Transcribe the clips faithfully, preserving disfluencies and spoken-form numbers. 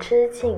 之境。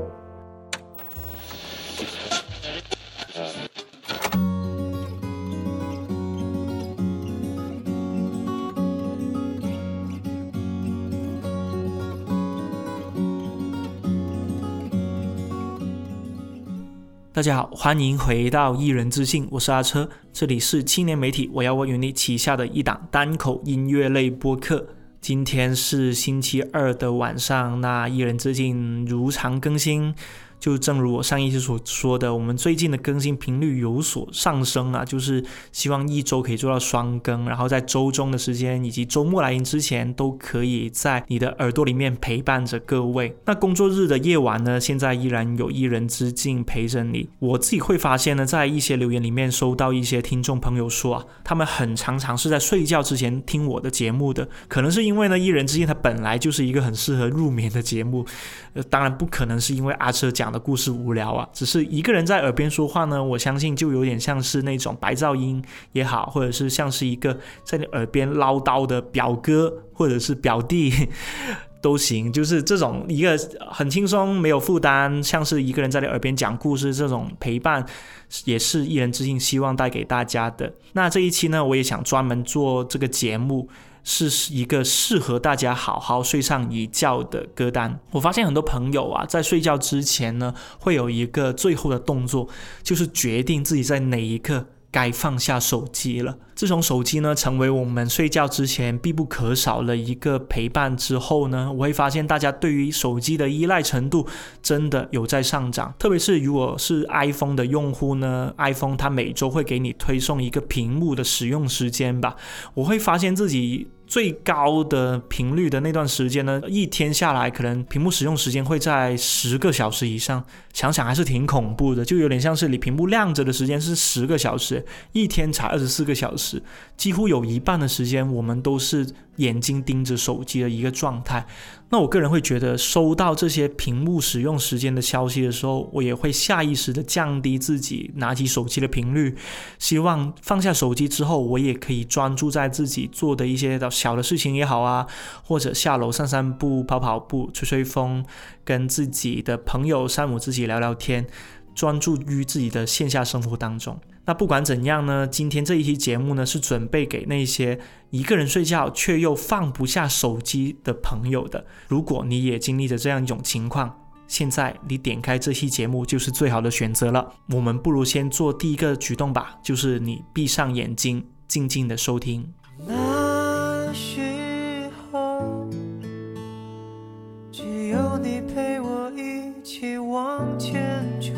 大家好，欢迎回到一人之境，我是阿车，这里是青年媒体我要我与你旗下的一档单口音乐类播客。今天是星期二的晚上，那一人之境如常更新。就正如我上一期所说的，我们最近的更新频率有所上升啊，就是希望一周可以做到双更，然后在周中的时间以及周末来临之前，都可以在你的耳朵里面陪伴着各位。那工作日的夜晚呢，现在依然有一人之境陪着你。我自己会发现呢，在一些留言里面收到一些听众朋友说啊，他们很常常是在睡觉之前听我的节目的，可能是因为呢，一人之境它本来就是一个很适合入眠的节目，呃，当然不可能是因为阿车讲的故事无聊啊，只是一个人在耳边说话呢，我相信就有点像是那种白噪音也好，或者是像是一个在你耳边唠叨的表哥或者是表弟都行，就是这种一个很轻松没有负担，像是一个人在你耳边讲故事，这种陪伴也是一人之境希望带给大家的。那这一期呢，我也想专门做这个节目，是一个适合大家好好睡上一觉的歌单。我发现很多朋友啊，在睡觉之前呢，会有一个最后的动作，就是决定自己在哪一刻该放下手机了。自从手机呢成为我们睡觉之前必不可少的一个陪伴之后呢，我会发现大家对于手机的依赖程度真的有在上涨。特别是如果是 iPhone 的用户呢， iPhone 它每周会给你推送一个屏幕的使用时间吧，我会发现自己最高的频率的那段时间呢，一天下来可能屏幕使用时间会在十个小时以上，想想还是挺恐怖的，就有点像是你屏幕亮着的时间是十个小时，一天才二十四个小时，几乎有一半的时间我们都是眼睛盯着手机的一个状态。那我个人会觉得，收到这些屏幕使用时间的消息的时候，我也会下意识的降低自己拿起手机的频率，希望放下手机之后，我也可以专注在自己做的一些小的事情也好啊，或者下楼散散步、跑跑步、吹吹风，跟自己的朋友山姆自己聊聊天，专注于自己的线下生活当中。那不管怎样呢，今天这一期节目呢，是准备给那些一个人睡觉却又放不下手机的朋友的。如果你也经历着这样一种情况，现在你点开这期节目就是最好的选择了。我们不如先做第一个举动吧，就是你闭上眼睛，静静的收听。 那时候只有你陪我一起往前冲，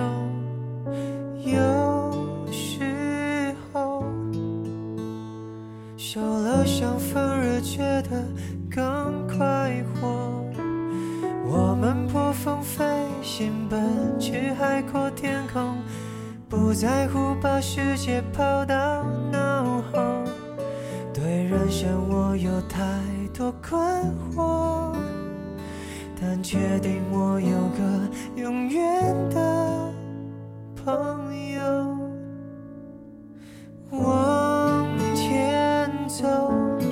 有时候受了伤反而觉得更快活，我们破风飞行，奔去海阔天空，不在乎把世界抛到脑后，对人生我有太多困惑，但确定我有个永远的朋友。往前走，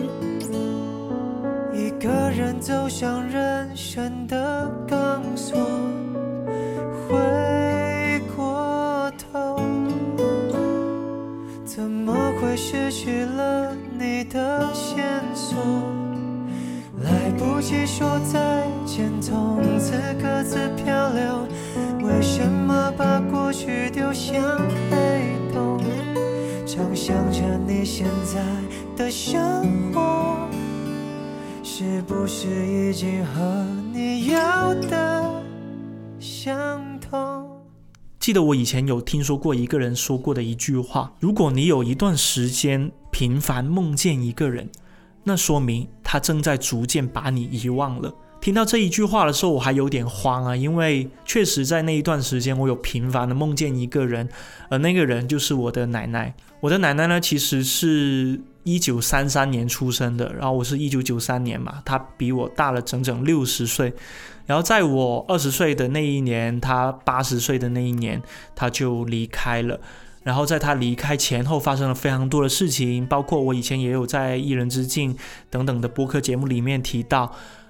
一个人走向人生的钢索，回过头，怎么会失去了你的线索？来不及说再见，从此各自漂流，为什么把过去丢向黑洞？常想着你现在的生活，是不是已经和你要的相同？ 记得我以前有听说过一个人说过的一句话，如果你有一段时间频繁梦见一个人，那说明他正在逐渐把你遗忘了。听到这一句话的时候，我还有点慌啊，因为确实在那一段时间我有频繁的梦见一个人，而那个人就是我的奶奶。我的奶奶呢，其实是一九三三年出生的，然后我是一九九三年嘛，她比我大了整整六十岁。然后在我二十岁的那一年，她八十岁的那一年，她就离开了。然后在他离开前后发生了非常多的事情，包括我以前也有在一人之境等等的播客节目里面提到，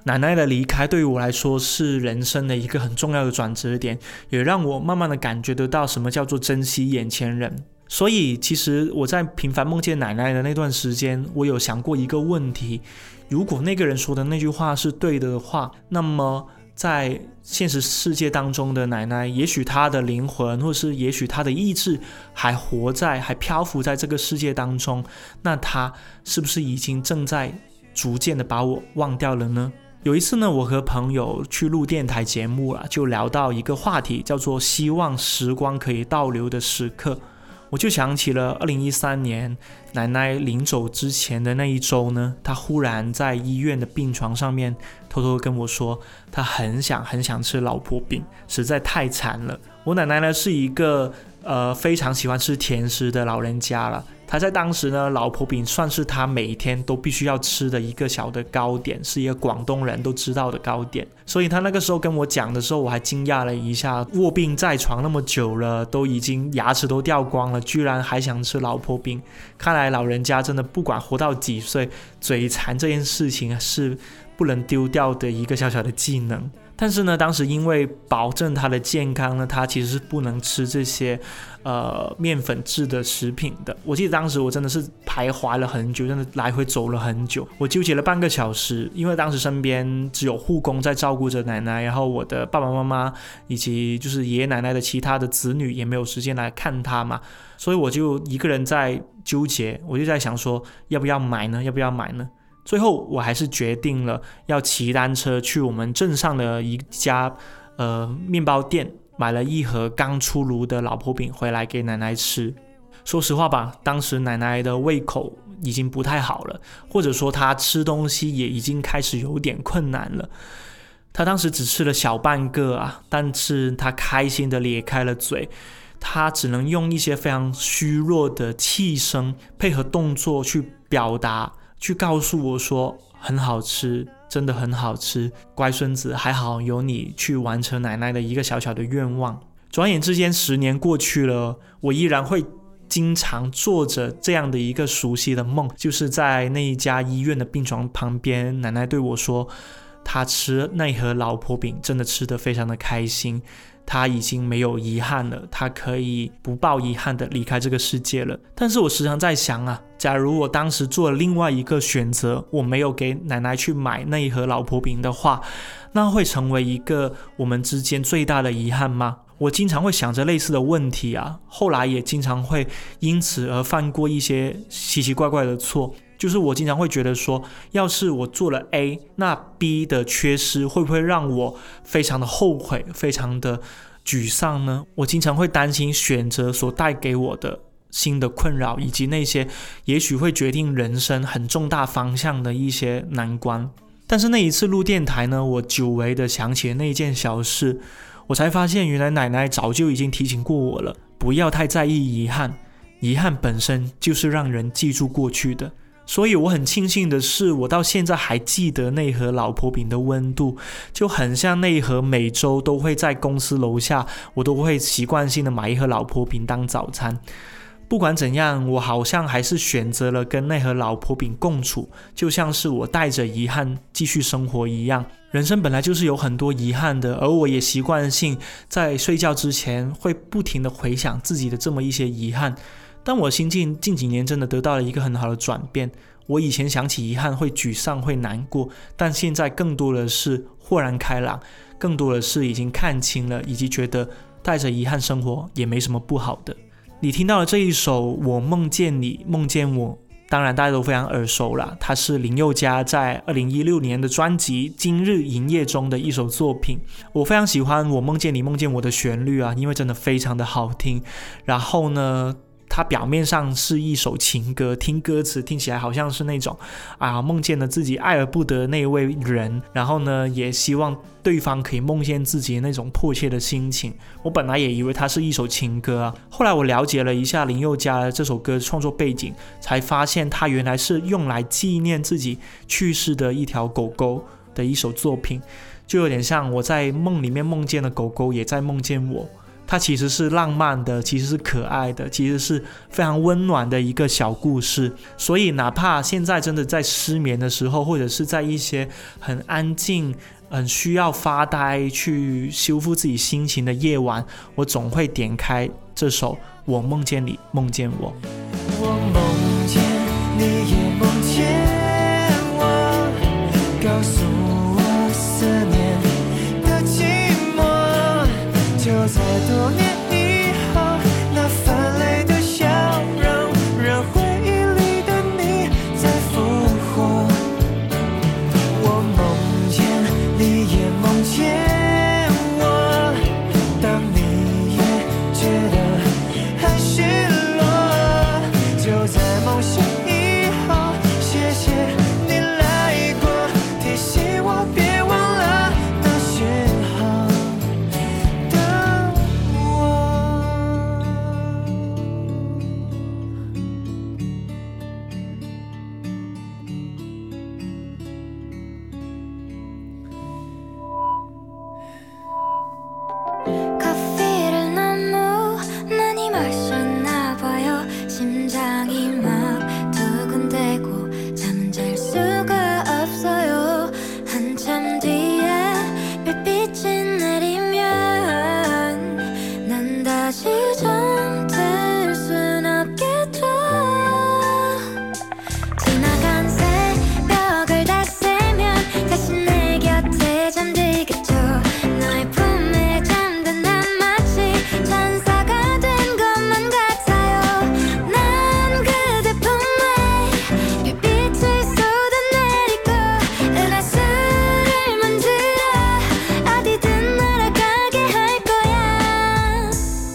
奶奶的离开对于我来说是人生的一个很重要的转折点，也让我慢慢的感觉得到什么叫做珍惜眼前人。所以其实我在频繁梦见奶奶的那段时间，我有想过一个问题，如果那个人说的那句话是对的话，那么在现实世界当中的奶奶，也许她的灵魂或是也许她的意志还活在，还漂浮在这个世界当中，那她是不是已经正在逐渐的把我忘掉了呢？有一次呢，我和朋友去录电台节目了，就聊到一个话题，叫做希望时光可以倒流的时刻。我就想起了二零一三年奶奶临走之前的那一周呢，她忽然在医院的病床上面偷偷跟我说，她很想很想吃老婆饼，实在太惨了。我奶奶呢是一个呃非常喜欢吃甜食的老人家了，她在当时呢，老婆饼算是她每天都必须要吃的一个小的糕点，是一个广东人都知道的糕点。所以她那个时候跟我讲的时候，我还惊讶了一下，卧病在床那么久了，都已经牙齿都掉光了，居然还想吃老婆饼。看来老人家真的不管活到几岁，嘴馋这件事情是不能丢掉的一个小小的技能。但是呢，当时因为保证他的健康呢，他其实是不能吃这些呃面粉制的食品的。我记得当时我真的是徘徊了很久，真的来回走了很久，我纠结了半个小时，因为当时身边只有护工在照顾着奶奶，然后我的爸爸妈妈以及就是爷爷奶奶的其他的子女也没有时间来看他嘛，所以我就一个人在纠结，我就在想说要不要买呢，要不要买呢？最后我还是决定了要骑单车去我们镇上的一家呃面包店，买了一盒刚出炉的老婆饼回来给奶奶吃。说实话吧，当时奶奶的胃口已经不太好了，或者说她吃东西也已经开始有点困难了。她当时只吃了小半个啊，但是她开心的咧开了嘴，她只能用一些非常虚弱的气声配合动作去表达，去告诉我说很好吃，真的很好吃，乖孙子，还好有你去完成奶奶的一个小小的愿望。转眼之间十年过去了，我依然会经常做着这样的一个熟悉的梦，就是在那一家医院的病床旁边，奶奶对我说她吃那盒老婆饼真的吃得非常的开心，他已经没有遗憾了，他可以不抱遗憾的离开这个世界了。但是我时常在想啊，假如我当时做了另外一个选择，我没有给奶奶去买那一盒老婆饼的话，那会成为一个我们之间最大的遗憾吗？我经常会想着类似的问题啊，后来也经常会因此而犯过一些奇奇怪怪的错。就是我经常会觉得说，要是我做了 A， 那 B 的缺失会不会让我非常的后悔，非常的沮丧呢？我经常会担心选择所带给我的新的困扰，以及那些也许会决定人生很重大方向的一些难关。但是那一次录电台呢，我久违的想起了那一件小事，我才发现原来奶奶早就已经提醒过我了，不要太在意遗憾，遗憾本身就是让人记住过去的。所以我很庆幸的是，我到现在还记得那盒老婆饼的温度，就很像那一盒每周都会在公司楼下，我都会习惯性的买一盒老婆饼当早餐。不管怎样，我好像还是选择了跟那盒老婆饼共处，就像是我带着遗憾继续生活一样。人生本来就是有很多遗憾的，而我也习惯性在睡觉之前会不停的回想自己的这么一些遗憾。但我心境近几年真的得到了一个很好的转变，我以前想起遗憾会沮丧会难过，但现在更多的是豁然开朗，更多的是已经看清了，以及觉得带着遗憾生活也没什么不好的。你听到了这一首我梦见你梦见我，当然大家都非常耳熟了，它是林宥嘉在二零一六年的专辑《今日营业》中的一首作品。我非常喜欢我梦见你梦见我的旋律啊，因为真的非常的好听。然后呢，它表面上是一首情歌，听歌词听起来好像是那种啊梦见了自己爱而不得的那位人，然后呢也希望对方可以梦见自己的那种迫切的心情。我本来也以为它是一首情歌啊，后来我了解了一下林宥嘉这首歌创作背景，才发现它原来是用来纪念自己去世的一条狗狗的一首作品，就有点像我在梦里面梦见的狗狗也在梦见我。 它其实是浪漫的，其实是可爱的，其实是非常温暖的一个小故事。所以哪怕现在真的在失眠的时候，或者是在一些很安静很需要发呆去修复自己心情的夜晚，我总会点开这首我梦见你梦见我。 我梦见你也梦见我，告诉我思念的寂寞，就在多年以后，那泛泪的笑容让回忆里的你再复活。我梦见你也梦见我，当你也觉得很失落，就在梦醒以后，谢谢你来过，提醒我别忘了那时候的我。 커피를 너무 많이 마셨나 봐요. 심장이 막 두근대고 잠은 잘 수가 없어요. 한참 뒤에 별빛이 내리면 난 다시 잠들 순 없겠죠. 지나간 새벽을 다 세면 다시 내 곁에 잠들겠죠. 너의 품에 잠든 난 마치 천사가 된 것만 같아요. 난 그대 품에 별빛을 쏟아내리고 은하수를 만들어 어디든 날아가게 할 거야.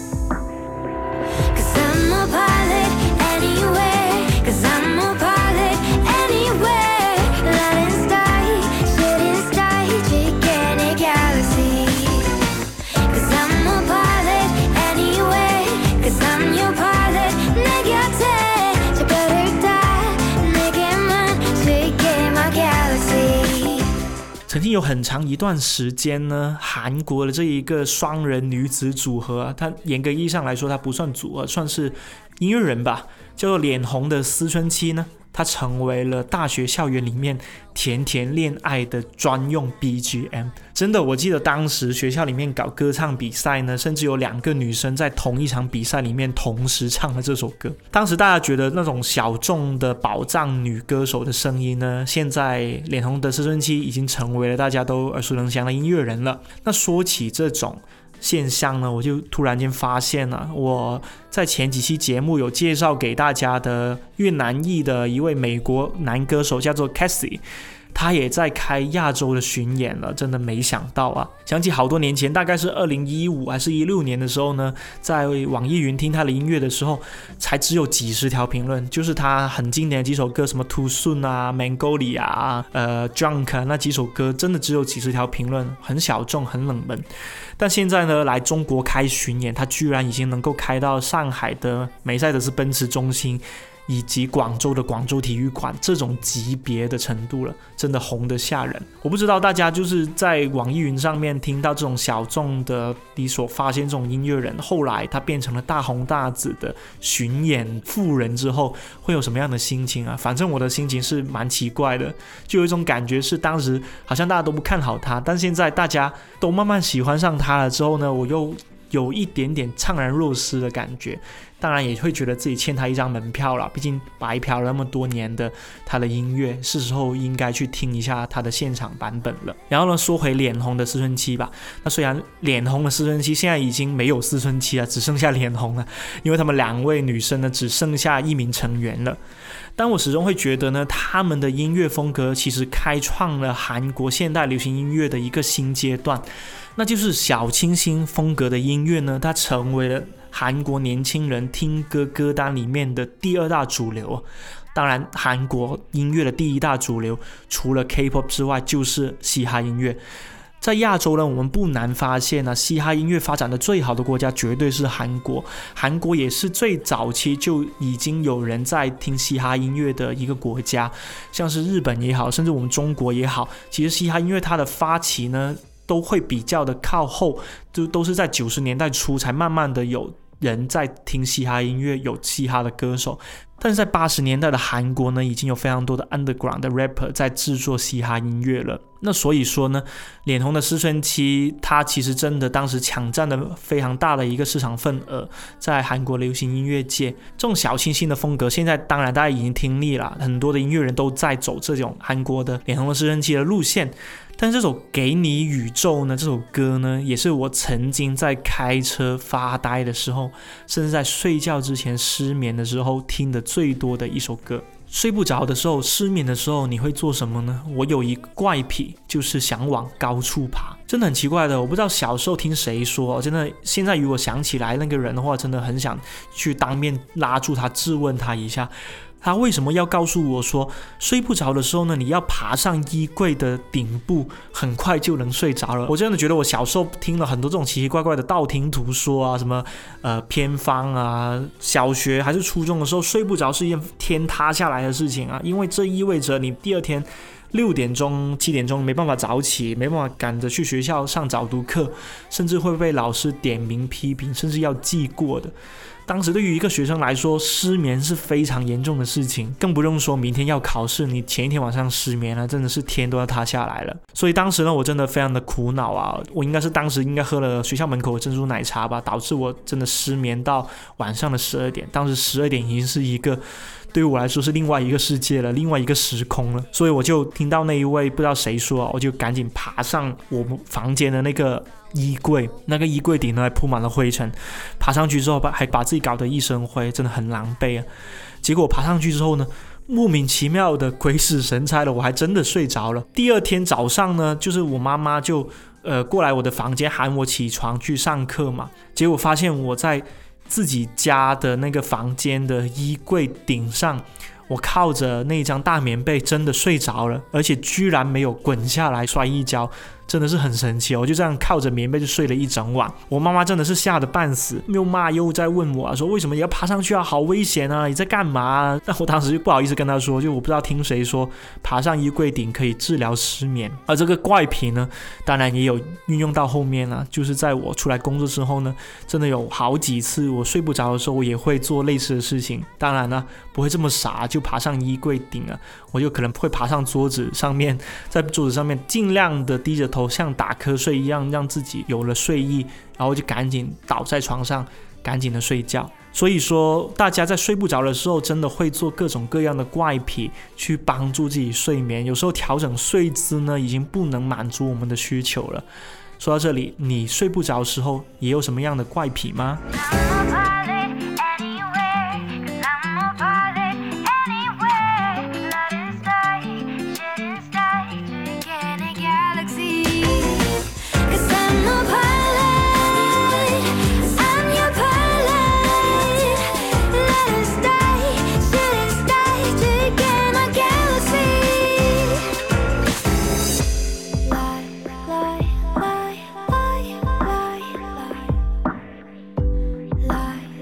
Cause I'm a pilot anywhere. Cause I'm a pilot anywhere. Light and star, shooting star, 지게 내 galaxy. Cause I'm a pilot anywhere. Cause I'm your pilot. 내 곁에 저 별을 다 내게만 지게 my galaxy. 曾经有很长一段时间呢，韩国的这一个双人女子组合啊，它严格意义上来说它不算组合，算是音乐人吧，叫做脸红的思春期呢，它成为了大学校园里面甜甜恋爱的专用 B G M。 真的，我记得当时学校里面搞歌唱比赛呢，甚至有两个女生在同一场比赛里面同时唱了这首歌。当时大家觉得那种小众的宝藏女歌手的声音呢，现在脸红的思春期已经成为了大家都耳熟能详的音乐人了。那说起这种现象呢，我就突然间发现了，我在前几期节目有介绍给大家的越南裔的一位美国男歌手叫做 Cassie， 他也在开亚洲的巡演了，真的没想到啊！想起好多年前，大概是二零一五还是一六年的时候呢，在网易云听他的音乐的时候，才只有几十条评论，就是他很经典的几首歌，什么 Too Soon 啊、Mongolia 啊、呃 Drunk 啊，那几首歌真的只有几十条评论，很小众，很冷门。但现在呢，来中国开巡演，他居然已经能够开到上海的梅赛德斯奔驰中心，以及广州的广州体育馆，这种级别的程度了，真的红得吓人。我不知道大家就是在网易云上面听到这种小众的，你所发现这种音乐人，后来他变成了大红大紫的巡演富人之后，会有什么样的心情啊？反正我的心情是蛮奇怪的，就有一种感觉是当时好像大家都不看好他，但现在大家都慢慢喜欢上他了之后呢，我又有一点点怅然若失的感觉。当然也会觉得自己欠他一张门票啦，毕竟白嫖了那么多年的他的音乐，是时候应该去听一下他的现场版本了。然后呢，说回脸红的思春期吧，那虽然脸红的思春期现在已经没有思春期了，只剩下脸红了，因为他们两位女生呢只剩下一名成员了，但我始终会觉得呢，他们的音乐风格其实开创了韩国现代流行音乐的一个新阶段，那就是小清新风格的音乐呢，它成为了韩国年轻人听歌歌单里面的第二大主流。当然韩国音乐的第一大主流除了 K-pop 之外就是嘻哈音乐。在亚洲呢，我们不难发现啊，嘻哈音乐发展的最好的国家绝对是韩国。韩国也是最早期就已经有人在听嘻哈音乐的一个国家，像是日本也好，甚至我们中国也好，其实嘻哈音乐它的发起呢都会比较的靠后，就都是在九十年代初才慢慢的有人在听嘻哈音乐，有嘻哈的歌手。但是在八十年代的韩国呢，已经有非常多的 underground 的 rapper 在制作嘻哈音乐了。那所以说呢，脸红的思春期它其实真的当时抢占了非常大的一个市场份额，在韩国流行音乐界这种小清新的风格，现在当然大家已经听腻了，很多的音乐人都在走这种韩国的脸红的思春期的路线。但这首给你宇宙呢，这首歌呢，也是我曾经在开车发呆的时候，甚至在睡觉之前失眠的时候听的最多的一首歌。睡不着的时候，失眠的时候，你会做什么呢？我有一个怪癖，就是想往高处爬。真的很奇怪的，我不知道小时候听谁说，真的现在如果想起来那个人的话，真的很想去当面拉住他，质问他一下。他为什么要告诉我说，睡不着的时候呢，你要爬上衣柜的顶部，很快就能睡着了？我真的觉得我小时候听了很多这种奇奇怪怪的道听途说啊，什么呃偏方啊，小学还是初中的时候睡不着是一件天塌下来的事情啊，因为这意味着你第二天六点钟、七点钟没办法早起，没办法赶着去学校上早读课，甚至会被老师点名批评，甚至要记过的。当时对于一个学生来说，失眠是非常严重的事情，更不用说明天要考试，你前一天晚上失眠了，真的是天都要塌下来了。所以当时呢，我真的非常的苦恼啊！我应该是当时应该喝了学校门口的珍珠奶茶吧，导致我真的失眠到晚上的十二点。当时十二点已经是一个对于我来说是另外一个世界了，另外一个时空了。所以我就听到那一位不知道谁说，我就赶紧爬上我们房间的那个衣柜，那个衣柜顶呢还铺满了灰尘，爬上去之后还把自己搞得一身灰，真的很狼狈啊。结果爬上去之后呢，莫名其妙的鬼使神差的，我还真的睡着了。第二天早上呢，就是我妈妈就呃过来我的房间喊我起床去上课嘛，结果发现我在自己家的那个房间的衣柜顶上，我靠着那张大棉被真的睡着了，而且居然没有滚下来摔一跤，真的是很神奇。我就这样靠着棉被就睡了一整晚。我妈妈真的是吓得半死，又骂又在问我、啊、说为什么也要爬上去啊，好危险啊，你在干嘛、啊、但我当时就不好意思跟她说，就我不知道听谁说爬上衣柜顶可以治疗失眠。而这个怪癖呢，当然也有运用到后面啊，就是在我出来工作之后呢，真的有好几次我睡不着的时候，我也会做类似的事情。当然呢，不会这么傻就爬上衣柜顶啊，我就可能会爬上桌子上面，在桌子上面尽量的低着头，像打瞌睡一样，让自己有了睡意，然后就赶紧倒在床上，赶紧的睡觉。所以说，大家在睡不着的时候，真的会做各种各样的怪癖去帮助自己睡眠。有时候调整睡姿呢，已经不能满足我们的需求了。说到这里，你睡不着的时候也有什么样的怪癖吗？ Lie,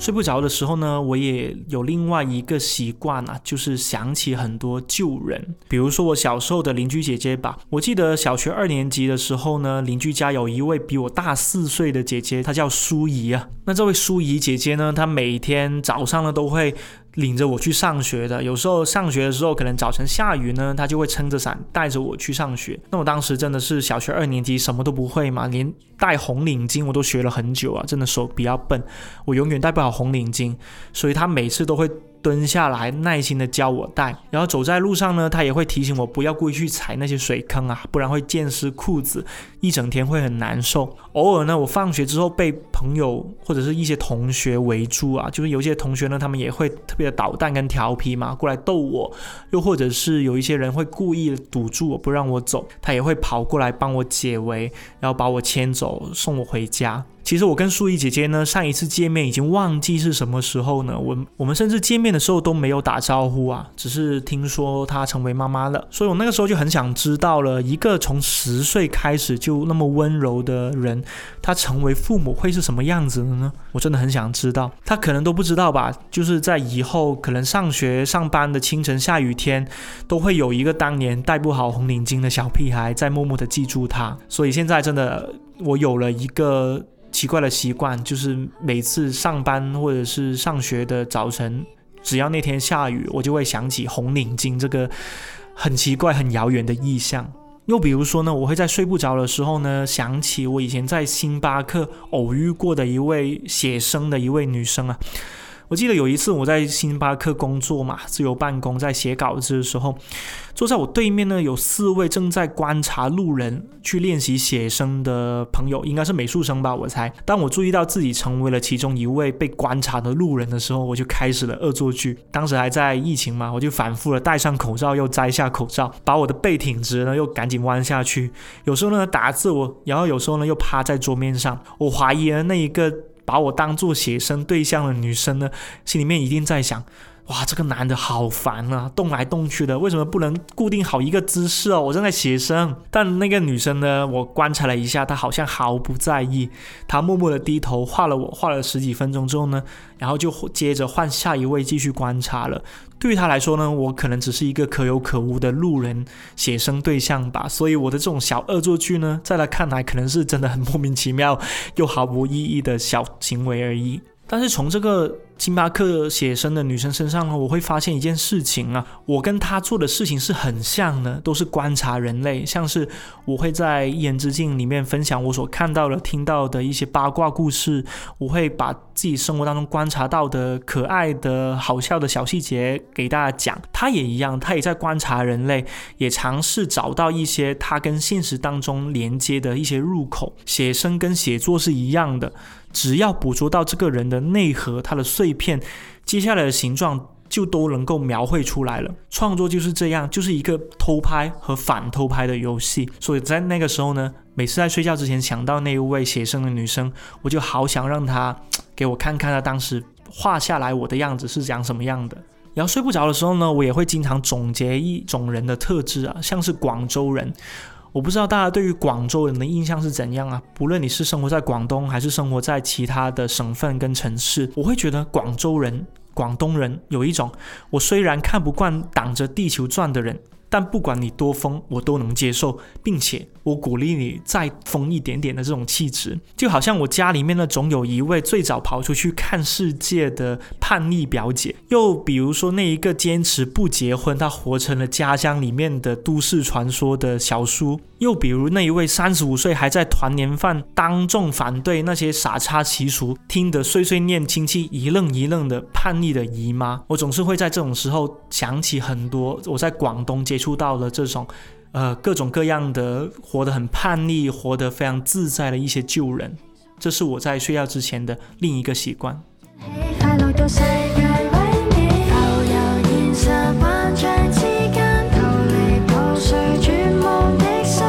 睡不着的时候呢，我也有另外一个习惯啊，就是想起很多旧人，比如说我小时候的邻居姐姐吧。我记得小学二年级的时候呢，邻居家有一位比我大四岁的姐姐，她叫苏怡啊。那这位苏怡姐姐呢，她每天早上呢都会领着我去上学的，有时候上学的时候可能早晨下雨呢，她就会撑着伞带着我去上学。那我当时真的是小学二年级，什么都不会嘛，连戴红领巾我都学了很久啊，真的手比较笨，我永远戴不好红领巾，所以她每次都会蹲下来耐心的教我戴，然后走在路上呢，他也会提醒我不要故意去踩那些水坑啊，不然会溅湿裤子，一整天会很难受。偶尔呢，我放学之后被朋友或者是一些同学围住啊，就是有一些同学呢，他们也会特别的捣蛋跟调皮嘛，过来逗我，又或者是有一些人会故意堵住我不让我走，他也会跑过来帮我解围，然后把我牵走送我回家。其实我跟素怡姐姐呢，上一次见面已经忘记是什么时候呢，我我们甚至见面的时候都没有打招呼啊，只是听说她成为妈妈了，所以我那个时候就很想知道了，一个从十岁开始就那么温柔的人，她成为父母会是什么样子的呢？我真的很想知道。她可能都不知道吧，就是在以后可能上学上班的清晨下雨天，都会有一个当年戴不好红领巾的小屁孩在默默的记住她。所以现在真的我有了一个奇怪的习惯，就是每次上班或者是上学的早晨，只要那天下雨，我就会想起红领巾这个很奇怪很遥远的意象。又比如说呢，我会在睡不着的时候呢，想起我以前在星巴克偶遇过的一位写生的一位女生啊。我记得有一次我在星巴克工作嘛，自由办公，在写稿子的时候，坐在我对面呢有四位正在观察路人去练习写生的朋友，应该是美术生吧，我猜。当我注意到自己成为了其中一位被观察的路人的时候，我就开始了恶作剧。当时还在疫情嘛，我就反复的戴上口罩又摘下口罩，把我的背挺直呢又赶紧弯下去，有时候呢打字我，然后有时候呢又趴在桌面上。我怀疑呢那一个把我当作写生对象的女生呢，心里面一定在想，哇，这个男的好烦啊，动来动去的，为什么不能固定好一个姿势哦？我正在写生。但那个女生呢，我观察了一下，她好像毫不在意，她默默的低头画了我，画了十几分钟之后呢，然后就接着换下一位继续观察了。对于她来说呢，我可能只是一个可有可无的路人写生对象吧，所以我的这种小恶作剧呢，在她看来可能是真的很莫名其妙又毫无意义的小行为而已。但是从这个星巴克写生的女生身上呢，我会发现一件事情啊，我跟她做的事情是很像的，都是观察人类。像是我会在一言之境里面分享我所看到的听到的一些八卦故事，我会把自己生活当中观察到的可爱的好笑的小细节给大家讲。她也一样，她也在观察人类，也尝试找到一些她跟现实当中连接的一些入口。写生跟写作是一样的，只要捕捉到这个人的内核，他的碎片，接下来的形状就都能够描绘出来了。创作就是这样，就是一个偷拍和反偷拍的游戏。所以在那个时候呢，每次在睡觉之前想到那一位写生的女生，我就好想让她给我看看她当时画下来我的样子是长什么样的。然后睡不着的时候呢，我也会经常总结一种人的特质啊，像是广州人。我不知道大家对于广州人的印象是怎样啊？不论你是生活在广东还是生活在其他的省份跟城市，我会觉得广州人、广东人有一种，我虽然看不惯挡着地球转的人，但不管你多疯我都能接受，并且我鼓励你再疯一点点的这种气质。就好像我家里面呢总有一位最早跑出去看世界的叛逆表姐，又比如说那一个坚持不结婚，她活成了家乡里面的都市传说的小叔，又比如那一位三十五岁还在团年饭当众反对那些傻叉习俗，听得碎碎念亲戚一愣一愣的叛逆的姨妈。我总是会在这种时候想起很多我在广东接触到了这种呃各种各样的活得很叛逆、活得非常自在的一些旧人。这是我在睡觉之前的另一个习惯。快樂到世界毀滅，浮遊現實幻象之間，逃離破碎絕望的心。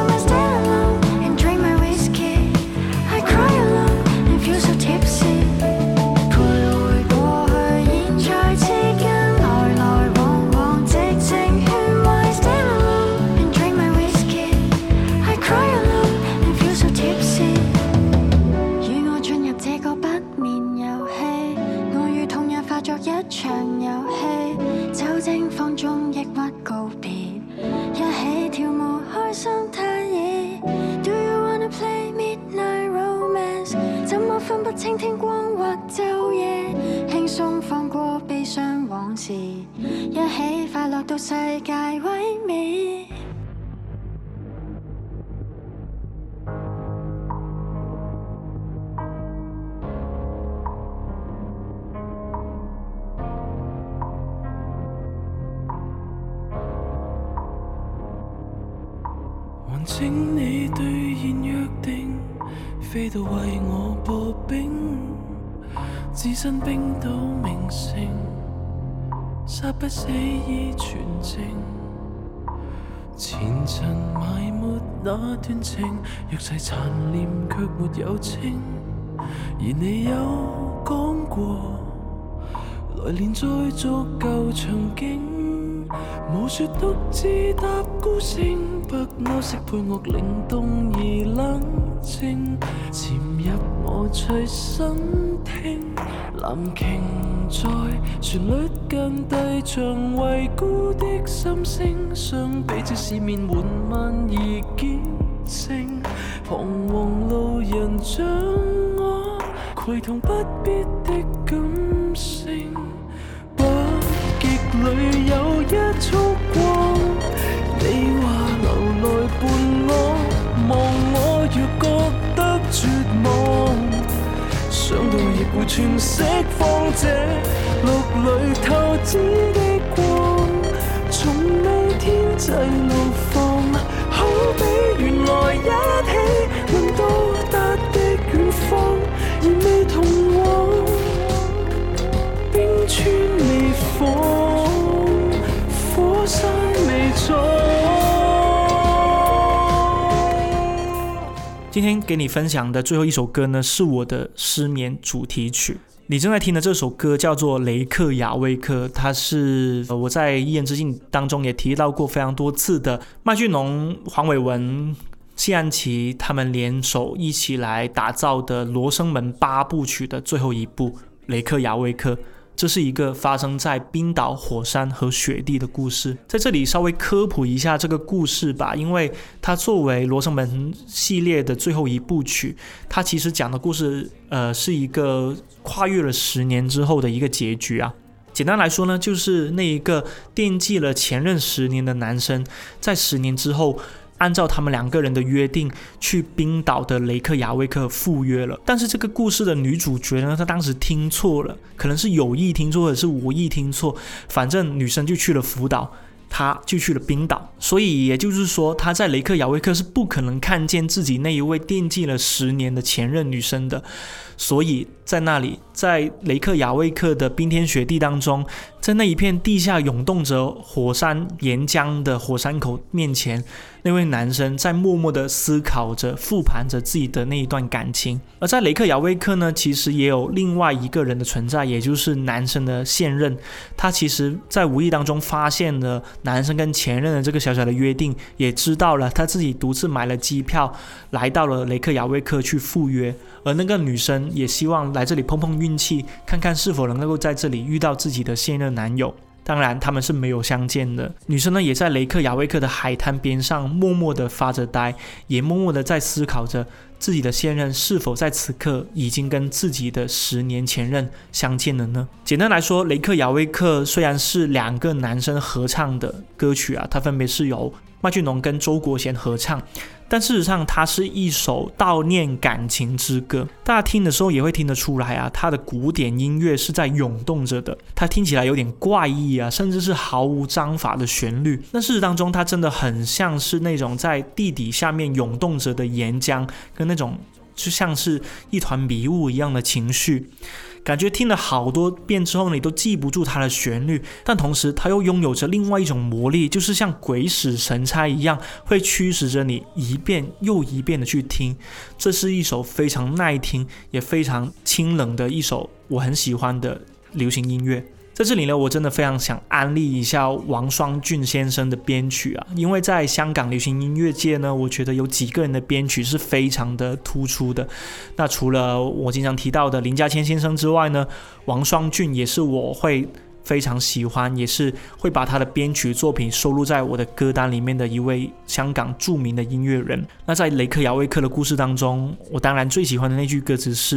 與我進入這個不眠遊戲，我倾聽光或晝夜，輕鬆放過悲傷往事，一起快樂到世界毀滅。 還請你兌現約定，飛到為我破冰，置身冰島名城，殺不死依全情，前塵埋沒那段情，若世殘念卻沒有清，而你有講過，來年再續舊場景，無說獨自踏孤星，白歐式配樂令動而冷靜，潛入我隨身聽，藍鯨在旋律間低唱遺孤的心聲，相比之市面緩慢而矯情，彷徨路人像我，攜同不必的感性，北極裏有一束光，你話留來伴我，望我若覺得絕望，想到亦會全釋放這綠裏透支的光，從未天際怒放，好比原來一起能到達的遠方，而未同往，冰川未放，火山未撞。 今天给你分享的最后一首歌呢，是我的失眠主题曲。你正在听的这首歌叫做雷克雅未克，它是我在一言之境当中也提到过非常多次的麦浚龙、黄伟文、谢安琪他们联手一起来打造的罗生门八部曲的最后一部雷克雅未克。这是一个发生在冰岛火山和雪地的故事，在这里稍微科普一下这个故事吧，因为它作为罗生门系列的最后一部曲，它其实讲的故事呃是一个跨越了十年之后的一个结局啊。简单来说呢，就是那一个惦记了前任十年的男生，在十年之后按照他们两个人的约定去冰岛的雷克雅未克赴约了，但是这个故事的女主角呢，她当时听错了，可能是有意听错或者是无意听错，反正女生就去了福岛，他就去了冰岛，所以也就是说他在雷克雅未克是不可能看见自己那一位惦记了十年的前任女生的，所以在那里，在雷克雅未克的冰天雪地当中，在那一片地下涌动着火山岩浆的火山口面前，那位男生在默默的思考着复盘着自己的那一段感情。而在雷克雅未克呢，其实也有另外一个人的存在，也就是男生的现任，他其实在无意当中发现了男生跟前任的这个小小的约定，也知道了他自己独自买了机票来到了雷克雅未克去赴约，而那个女生也希望来这里碰碰运气，看看是否能够在这里遇到自己的现任男友。当然他们是没有相见的，女生呢也在雷克雅未克的海滩边上默默的发着呆，也默默的在思考着自己的现任是否在此刻已经跟自己的十年前任相见了呢？简单来说，雷克雅未克虽然是两个男生合唱的歌曲啊，它分别是由麦浚龙跟周国贤合唱，但事实上它是一首悼念感情之歌。大家听的时候也会听得出来啊，它的古典音乐是在涌动着的，它听起来有点怪异啊，甚至是毫无章法的旋律。那事实当中，它真的很像是那种在地底下面涌动着的岩浆，跟那种就像是一团迷雾一样的情绪。感觉听了好多遍之后你都记不住它的旋律，但同时它又拥有着另外一种魔力，就是像鬼使神差一样，会驱使着你一遍又一遍的去听。这是一首非常耐听也非常清冷的一首我很喜欢的流行音乐。在这里呢，我真的非常想安利一下王双俊先生的编曲啊，因为在香港流行音乐界呢，我觉得有几个人的编曲是非常的突出的。那除了我经常提到的林家谦先生之外呢，王双俊也是我会非常喜欢，也是会把他的编曲作品收录在我的歌单里面的一位香港著名的音乐人。那在雷克雅未克的故事当中，我当然最喜欢的那句歌词是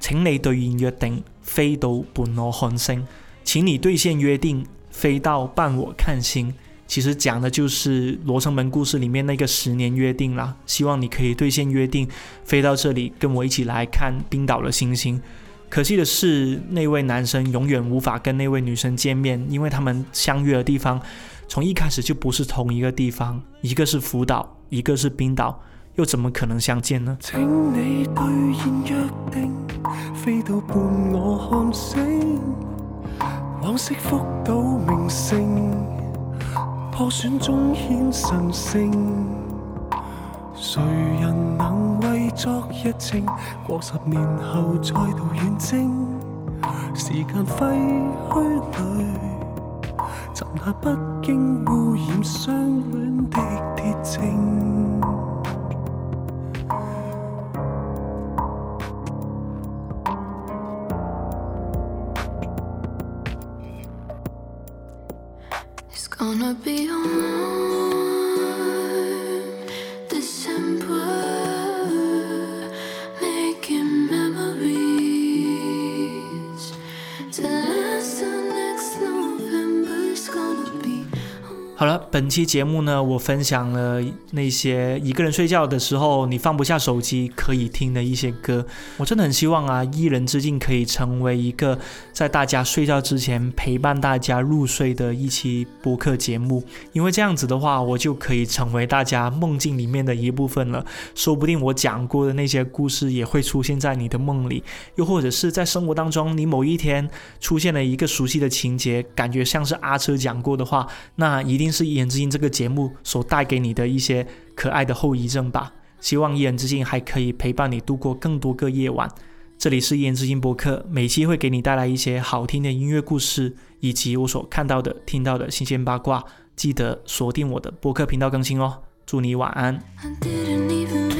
請你兌現約定，飛到伴我看星，請你兌現約定，飛到伴我看星。其實講的就是羅生門故事裡面那個十年約定啦，希望你可以兌現約定，飛到這裡跟我一起來看冰島的星星。可惜的是，那位男生永遠無法跟那位女生見面，因為他們相約的地方從一開始就不是同一個地方，一個是福島，一個是冰島，又怎麼可能相見呢？ 請你兌現約定，飛到伴我看星，往昔福島名勝，破損中顯神聖。誰人能為昨日情，過十年後再度遠征？時間廢墟裏，沉下不經污染相戀的鐵證。 It's gonna be a warm December, making memories to last till next November. It's gonna be 好了，本期节目呢，我分享了那些一个人睡觉的时候你放不下手机可以听的一些歌。我真的很希望啊，一人之境可以成为一个在大家睡觉之前陪伴大家入睡的一期播客节目，因为这样子的话，我就可以成为大家梦境里面的一部分了。说不定我讲过的那些故事也会出现在你的梦里，又或者是在生活当中，你某一天出现了一个熟悉的情节，感觉像是阿车讲过的话，那一定是一人之境这个节目所带给你的一些可爱的后遗症吧。希望一人之境还可以陪伴你度过更多个夜晚。这里是一人之境播客，每期会给你带来一些好听的音乐故事，以及我所看到的听到的新鲜八卦，记得锁定我的播客频道更新哦。祝你晚安。 I didn't even